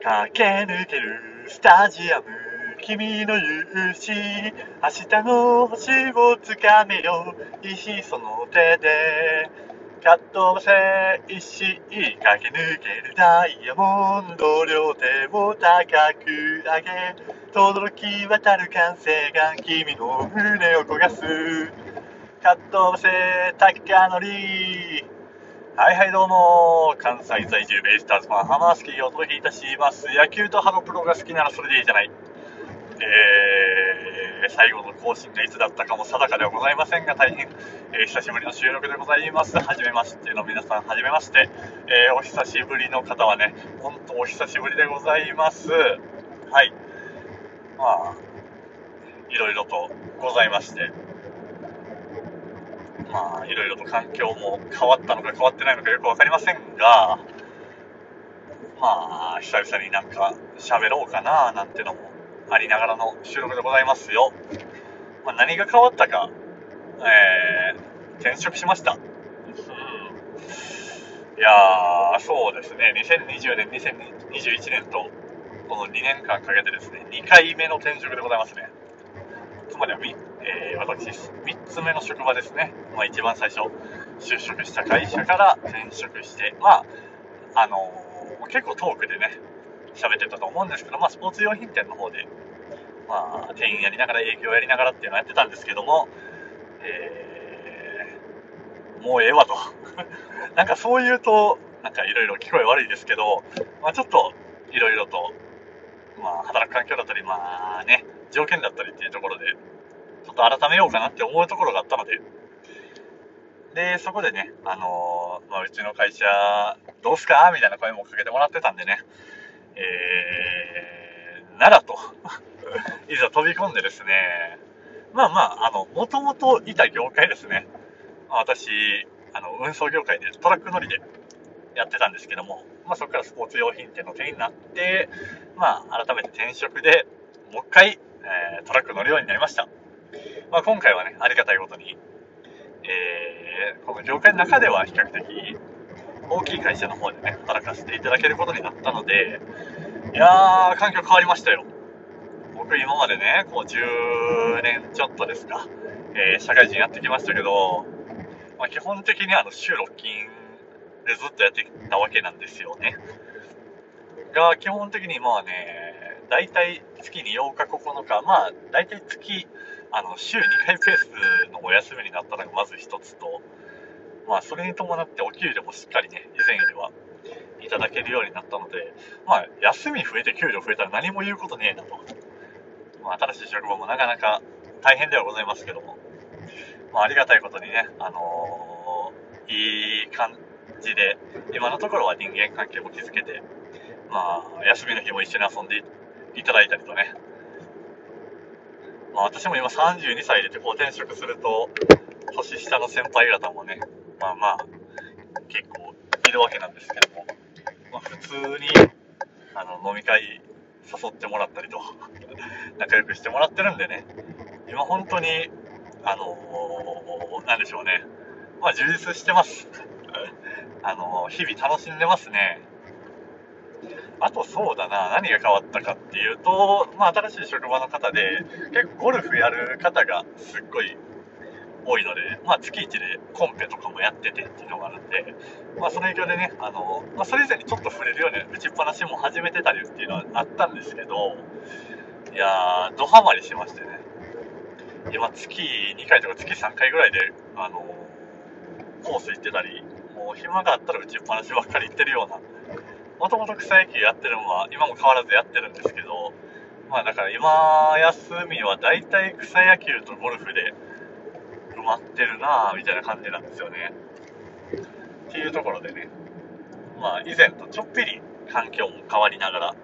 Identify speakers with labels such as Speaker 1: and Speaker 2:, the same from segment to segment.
Speaker 1: 駆け抜けるスタジアム、君の勇姿、明日の星をつかめよ、石その手で。かっ飛ばせ石、駆け抜けるダイヤモンド、両手を高く上げ、轟き渡る歓声が君の胸を焦がす。かっ飛ばせ高則。はいはいどうも、関西在住ベイスターズファンハマースキーをお届けいたします。野球とハロプロが好きならそれでいいじゃない。最後の更新がいつだったかも定かではございませんが、大変、久しぶりの収録でございます。はじめましての皆さん、はじめまして。お久しぶりの方はね、本当お久しぶりでございます。はい。まあ、いろいろとございまして、まあ、いろいろと環境も変わったのか変わってないのかよくわかりませんが、まあ、久々になんか喋ろうかななんてのもありながらの収録でございますよ。まあ、何が変わったか、転職しました。いやー、そうですね、2020年、2021年と、この2年間かけてですね、2回目の転職でございますね。つまりは私、3つ目の職場ですね。まあ、一番最初、就職した会社から転職して、まあ、結構遠くでね、喋ってたと思うんですけど、まあ、スポーツ用品店の方で、まあ、店員やりながら営業やりながらっていうのをやってたんですけども、もうええわと。なんかそう言うと、なんかいろいろ聞こえ悪いですけど、まあ、ちょっといろいろと、まあ、働く環境だったり、まあね、条件だったりっていうところで、ちょっと改めようかなって思うところがあったので、で、そこでね、まあ、うちの会社、どうすかみたいな声もかけてもらってたんでね、ならと、いざ飛び込んでですね、まあまあ、もともといた業界ですね。まあ、私、運送業界でトラック乗りでやってたんですけども、まあ、そこからスポーツ用品店の店員になって、まあ、改めて転職でもう一回、トラック乗るようになりました。まあ、今回はね、ありがたいことに、この業界の中では比較的大きい会社の方でね、働かせていただけることになったので、いやー、環境変わりましたよ。僕今までね、こう10年ちょっとですか、社会人やってきましたけど、まあ、基本的に週6勤でずっとやってきたわけなんですよね。が、基本的にまあね、だいたい月に8日9日、まあ、だいたい月、週2回ペースのお休みになったのがまず一つと、まあ、それに伴ってお給料もしっかりね、以前よりはいただけるようになったので、まあ、休み増えて給料増えたら何も言うことねえなと。まあ、新しい職場もなかなか大変ではございますけども、まあ、ありがたいことにね、いい感じで、今のところは人間関係も築けて、まあ、休みの日も一緒に遊んでいただいたりとね、まあ、私も今32歳でこう転職すると、年下の先輩方もね、まあまあ、結構いるわけなんですけども、まあ、普通に飲み会誘ってもらったりと、仲良くしてもらってるんでね、今本当に、なんでしょうね、まあ充実してます。日々楽しんでますね。あとそうだな、何が変わったかっていうと、まあ新しい職場の方で、結構ゴルフやる方がすっごい多いので、まあ月1でコンペとかもやっててっていうのがあるんで、まあその影響でね、まあそれ以前にちょっと触れるように打ちっぱなしも始めてたりっていうのはあったんですけど、いやー、ドハマりしましてね。今月2回とか月3回ぐらいで、コース行ってたり、もう暇があったら打ちっぱなしばっかり行ってるような、もともと草野球やってるのは今も変わらずやってるんですけど、まあだから今休みはだいたい草野球とゴルフで埋まってるなぁみたいな感じなんですよね。っていうところでね、まあ以前とちょっぴり環境も変わりながら、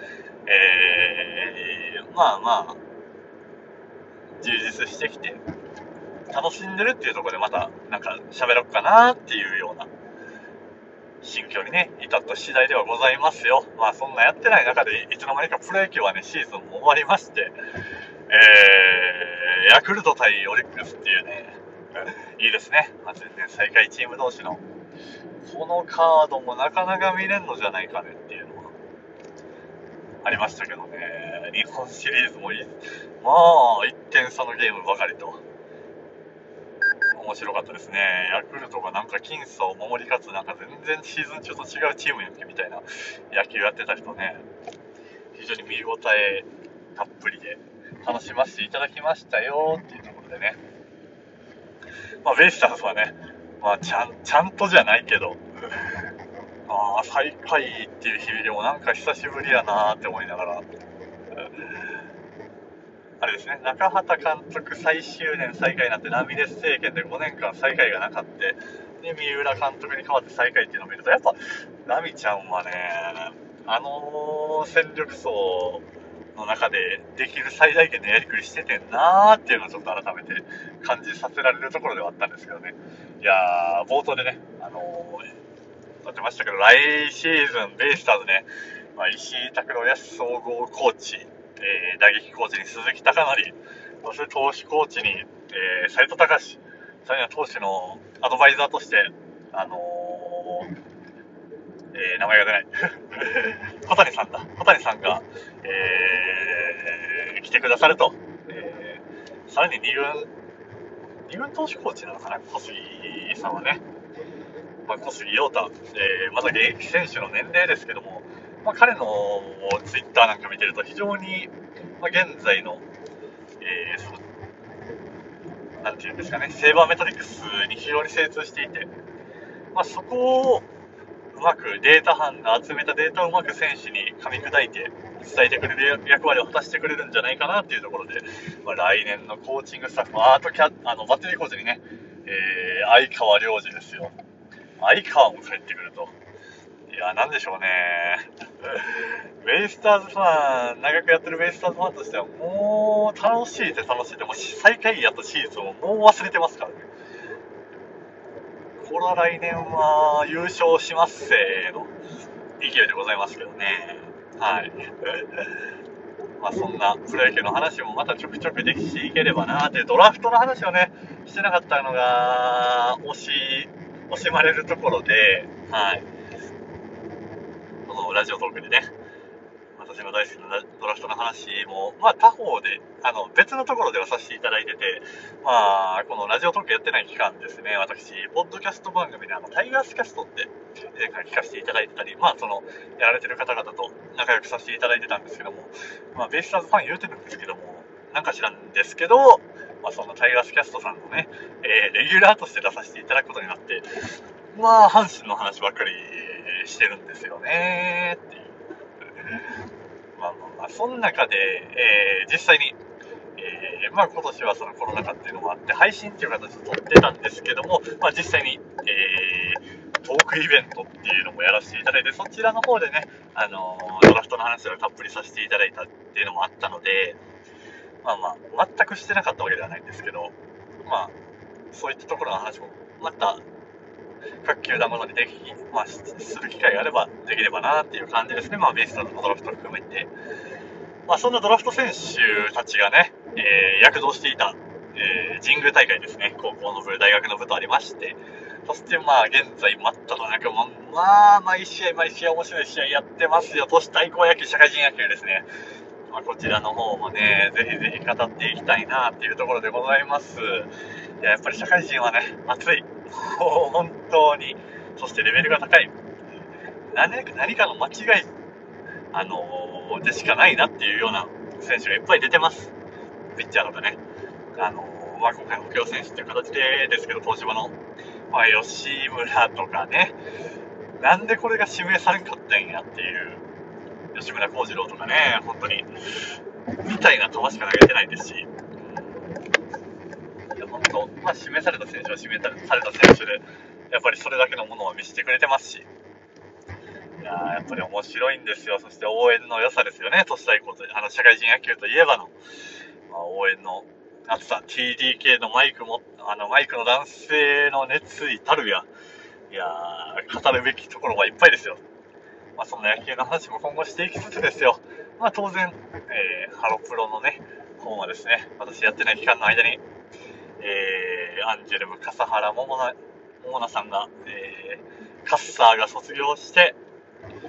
Speaker 1: まあまあ充実してきて楽しんでるっていうところでまたなんか喋ろうかなっていうような心境にね至った次第ではございますよ。まあそんなやってない中でいつの間にかプロ野球はねシーズンも終わりまして、ヤクルト対オリックスっていうねいいですね、まあ、全然最下位チーム同士のこのカードもなかなか見れんのじゃないかねっていうのはありましたけどね、日本シリーズもまあ1点差のゲームばかりと面白かったですね。ヤクルトがなんか僅差を守り勝つ、なんか全然シーズン中と違うチームやんけみたいな野球やってた人ね、非常に見応えたっぷりで楽しませていただきましたよっていうところでね、ベイスターズはね、ちゃんとじゃないけど、最下位っていう日々でもなんか久しぶりやなーって思いながら、あれですね、中畑監督最終年最下位になってラミレス政権で5年間最下位がなかった。で、三浦監督に代わって最下位っていうのを見ると、やっぱラミちゃんはね、戦力層の中でできる最大限のやりくりしててんなーっていうのをちょっと改めて感じさせられるところではあったんですけどね。いやー、冒頭でね、言ってましたけど、来シーズンベイスターズね、石井拓郎や総合コーチ、打撃コーチに鈴木貴則、そして投手コーチに、斉藤隆、さらには投手のアドバイザーとして、名前が出ない小谷さんが、来てくださると、さらに二軍投手コーチなのかな、小杉さんはね、小杉陽太、まだ現役選手の年齢ですけども、彼のツイッターなんか見てると非常に、現在の、なんていうんですかね、セーバーメトリックスに非常に精通していて、そこをうまくデータ班が集めたデータをうまく選手に噛み砕いて伝えてくれる役割を果たしてくれるんじゃないかなっていうところで、来年のコーチングスタッフ、バッテリーコーチにね、相川良二ですよ。相川も帰ってくると。いや、なんでしょうね。ベイスターズファン、長くやってるベイスターズファンとしては、もう楽しいで、もう最下位やったシーズンをもう忘れてますからね。これは来年は優勝しますせーの勢いでございますけどね。はい。そんなプロ野球の話もまたちょくちょくできていければなーって、ドラフトの話をね、してなかったのが、惜しまれるところで、はい。このラジオトークでね、私の大好きなドラフトの話も、他方で、別のところではさせていただいてて、このラジオトークやってない期間ですね、私、ポッドキャスト番組でタイガースキャストって前回聞かせていただいてたり、やられてる方々と仲良くさせていただいてたんですけども、ベイスターズファン言うてるんですけども、なんか知らんですけど、そのタイガースキャストさんのね、レギュラーとして出させていただくことになって、阪神の話ばっかりしてるんですよねっていう。その中で、実際に、今年はそのコロナ禍っていうのもあって配信っていう形で撮ってたんですけども、実際に、トークイベントっていうのもやらせていただいて、そちらの方でね、ドラフトの話をたっぷりさせていただいたっていうのもあったので、全くしてなかったわけではないんですけど、そういったところの話もまた各球団ごとにする機会があればできればなっていう感じですね。ベイスターズのドラフトを含めて。そんなドラフト選手たちがね、躍動していた、神宮大会ですね。高校の部、大学の部とありまして、そして現在真っただ中、毎試合面白い試合やってますよ。都市対抗野球、社会人野球ですね。こちらの方もね、ぜひぜひ語っていきたいなっていうところでございます。やっぱり社会人はね、熱い。もう本当に。そしてレベルが高い。何かの間違い、でしかないなっていうような選手がいっぱい出てます。ピッチャーとかね。今回補強選手っていう形でですけど、東芝の、吉村とかね。なんでこれが指名されんかったんやっていう。吉村幸次郎とかね、本当に、みたいな球しか投げてないですし、いや、本当、指名された選手は指名された選手で、やっぱりそれだけのものを見せてくれてますし、やっぱり面白いんですよ。そして応援の良さですよね、都市対抗と、社会人野球といえばの、応援の熱さ、TDK のマイクの男性の熱意たるや、語るべきところはいっぱいですよ。そんな野球の話も今後していきつつですよ。当然、ハロプロのね、本はですね、私やってない期間の間に、アンジュルム笠原桃奈さんが、カッサーが卒業して、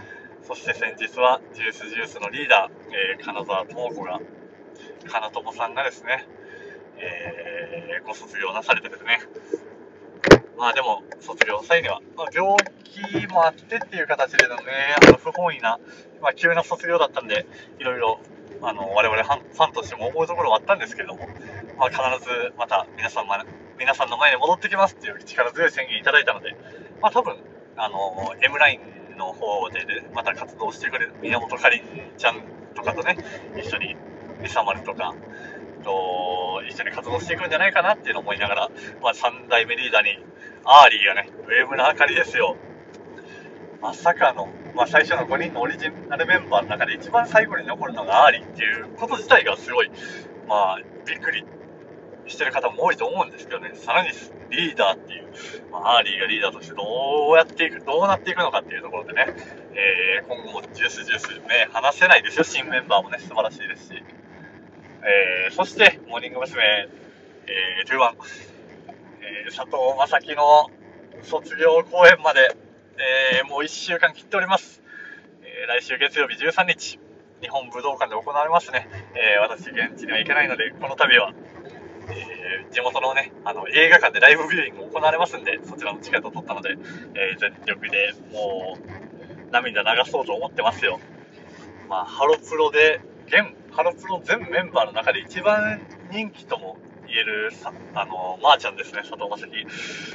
Speaker 1: そして先日はジュースのリーダー、金沢智子が、金友さんがですね、ご卒業なされてですね、まあでも卒業際には、病気もあってっていう形でのね、不本意な、急な卒業だったんで、いろいろ我々ファンとしても思うところはあったんですけれども、必ずまた皆さんの前に戻ってきますっていう力強い宣言いただいたので、多分M ラインの方で、ね、また活動してくれる宮本かりんちゃんとかとね、一緒にミサマルとか一緒に活動していくんじゃないかなっていうのを思いながら、3代目リーダーにアーリーがね、ウェーブの明かりですよ。まさかの、最初の5人のオリジナルメンバーの中で一番最後に残るのがアーリーっていうこと自体がすごい、びっくりしてる方も多いと思うんですけどね、さらにリーダーっていう、アーリーがリーダーとしてどうなっていくのかっていうところでね、今後もジュースね、話せないですよ、新メンバーもね、素晴らしいですし、そして、モーニング娘。21、佐藤正樹の卒業公演まで、もう1週間切っております。来週月曜日13日、日本武道館で行われますね。私、現地には行けないので、この度は、地元のね、映画館でライブビューイング行われますんで、そちらのチケットを取ったので、全力でもう、涙流そうと思ってますよ。ハロプロ全メンバーの中で一番人気とも言えるまーちゃんですね、佐藤正樹。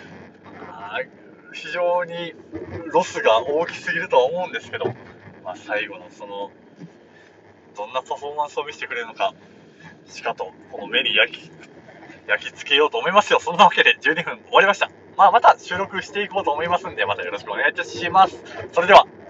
Speaker 1: 非常にロスが大きすぎるとは思うんですけど、最後のどんなパフォーマンスを見せてくれるのか、しかとこの目に焼き付けようと思いますよ。そんなわけで12分終わりました。また収録していこうと思いますんで、またよろしくお願いいたします。それでは。